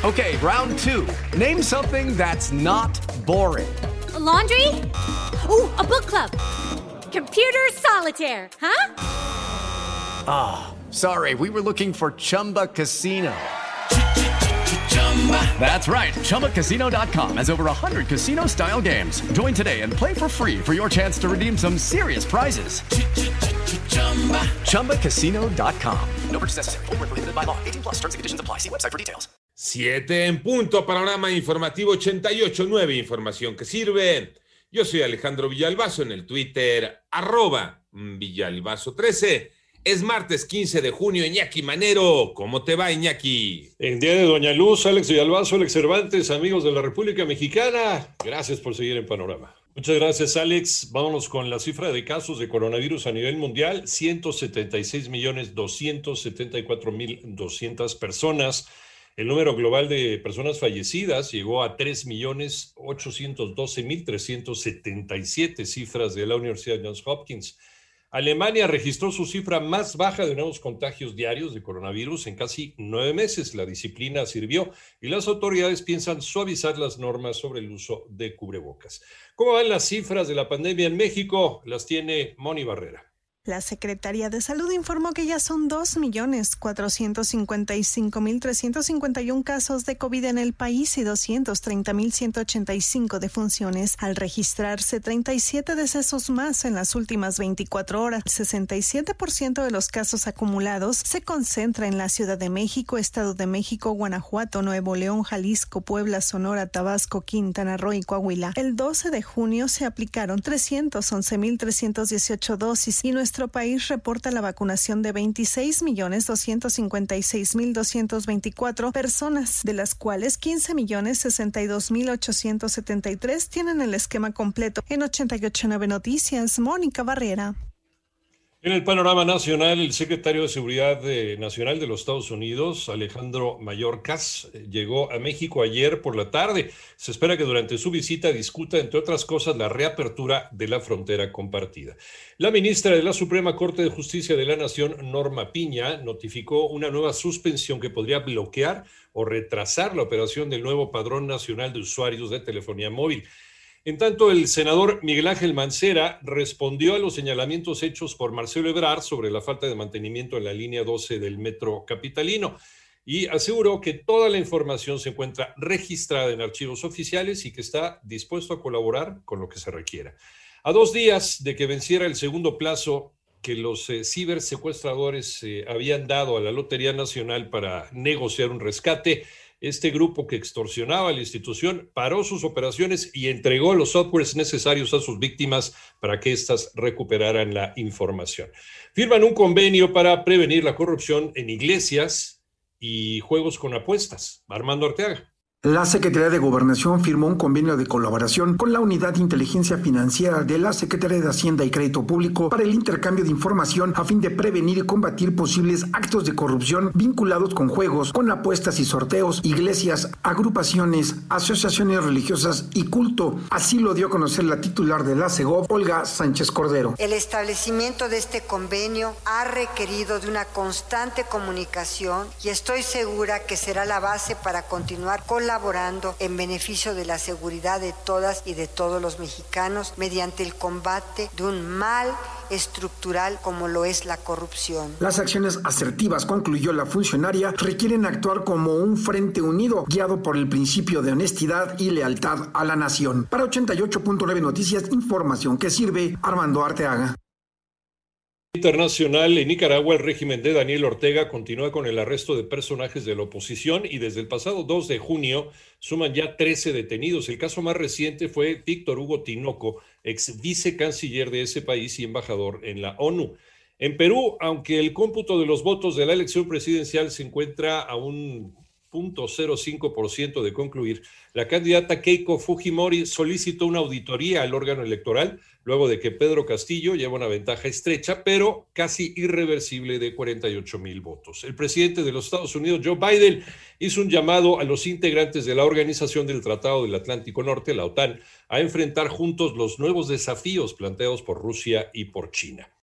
Okay, round two. Name something that's not boring. A laundry? Ooh, a book club. Computer solitaire, huh? Ah, sorry, we were looking for Chumba Casino. That's right. ChumbaCasino.com has over 100 casino-style games. Join today and play for free for your chance to redeem some serious prizes. ChumbaCasino.com. No purchase necessary. Void where prohibited by law. 18+ terms and conditions apply. See website for details. 7 en punto, panorama informativo 88.9, información que sirve. Yo soy Alejandro Villalbazo en el Twitter, @Villalbazo13. Es martes 15 de junio, Iñaki Manero. ¿Cómo te va, Iñaki? En día de Doña Luz, Alex Villalbazo, Alex Cervantes, amigos de la República Mexicana. Gracias por seguir en Panorama. Muchas gracias, Alex. Vámonos con la cifra de casos de coronavirus a nivel mundial. 176.274.200 personas. El número global de personas fallecidas llegó a 3.812.377, cifras de la Universidad de Johns Hopkins. Alemania registró su cifra más baja de nuevos contagios diarios de coronavirus en casi 9 meses. La disciplina sirvió y las autoridades piensan suavizar las normas sobre el uso de cubrebocas. ¿Cómo van las cifras de la pandemia en México? Las tiene Moni Barrera. La Secretaría de Salud informó que ya son 2.455.351 casos de COVID en el país y 230.185 defunciones, al registrarse 37 decesos más en las últimas 24 horas. El 67% de los casos acumulados se concentra en la Ciudad de México, Estado de México, Guanajuato, Nuevo León, Jalisco, Puebla, Sonora, Tabasco, Quintana Roo y Coahuila. El 12 de junio se aplicaron 311.318 dosis y nuestro país reporta la vacunación de 26.256.224 personas, de las cuales 15.062.873 tienen el esquema completo. En 88.9 Noticias, Mónica Barrera. En el panorama nacional, el secretario de Seguridad Nacional de los Estados Unidos, Alejandro Mayorkas, llegó a México ayer por la tarde. Se espera que durante su visita discuta, entre otras cosas, la reapertura de la frontera compartida. La ministra de la Suprema Corte de Justicia de la Nación, Norma Piña, notificó una nueva suspensión que podría bloquear o retrasar la operación del nuevo Padrón Nacional de Usuarios de Telefonía Móvil. En tanto, el senador Miguel Ángel Mancera respondió a los señalamientos hechos por Marcelo Ebrard sobre la falta de mantenimiento en la línea 12 del metro capitalino y aseguró que toda la información se encuentra registrada en archivos oficiales y que está dispuesto a colaborar con lo que se requiera. A 2 días de que venciera el segundo plazo que los cibersecuestradores habían dado a la Lotería Nacional para negociar un rescate, este grupo que extorsionaba a la institución paró sus operaciones y entregó los softwares necesarios a sus víctimas para que éstas recuperaran la información. Firman un convenio para prevenir la corrupción en iglesias y juegos con apuestas. Armando Arteaga. La Secretaría de Gobernación firmó un convenio de colaboración con la Unidad de Inteligencia Financiera de la Secretaría de Hacienda y Crédito Público para el intercambio de información a fin de prevenir y combatir posibles actos de corrupción vinculados con juegos, con apuestas y sorteos, iglesias, agrupaciones, asociaciones religiosas y culto. Así lo dio a conocer la titular de la SEGOV, Olga Sánchez Cordero. El establecimiento de este convenio ha requerido de una constante comunicación y estoy segura que será la base para continuar colaborando en beneficio de la seguridad de todas y de todos los mexicanos mediante el combate de un mal estructural como lo es la corrupción. Las acciones asertivas, concluyó la funcionaria, requieren actuar como un frente unido, guiado por el principio de honestidad y lealtad a la nación. Para 88.9 Noticias, información que sirve, Armando Arteaga. Internacional, en Nicaragua, el régimen de Daniel Ortega continúa con el arresto de personajes de la oposición y desde el pasado 2 de junio suman ya 13 detenidos. El caso más reciente fue Víctor Hugo Tinoco, ex vicecanciller de ese país y embajador en la ONU. En Perú, aunque el cómputo de los votos de la elección presidencial se encuentra a un 0.05% de concluir, la candidata Keiko Fujimori solicitó una auditoría al órgano electoral luego de que Pedro Castillo lleva una ventaja estrecha, pero casi irreversible de 48,000 votos. El presidente de los Estados Unidos, Joe Biden, hizo un llamado a los integrantes de la Organización del Tratado del Atlántico Norte, la OTAN, a enfrentar juntos los nuevos desafíos planteados por Rusia y por China.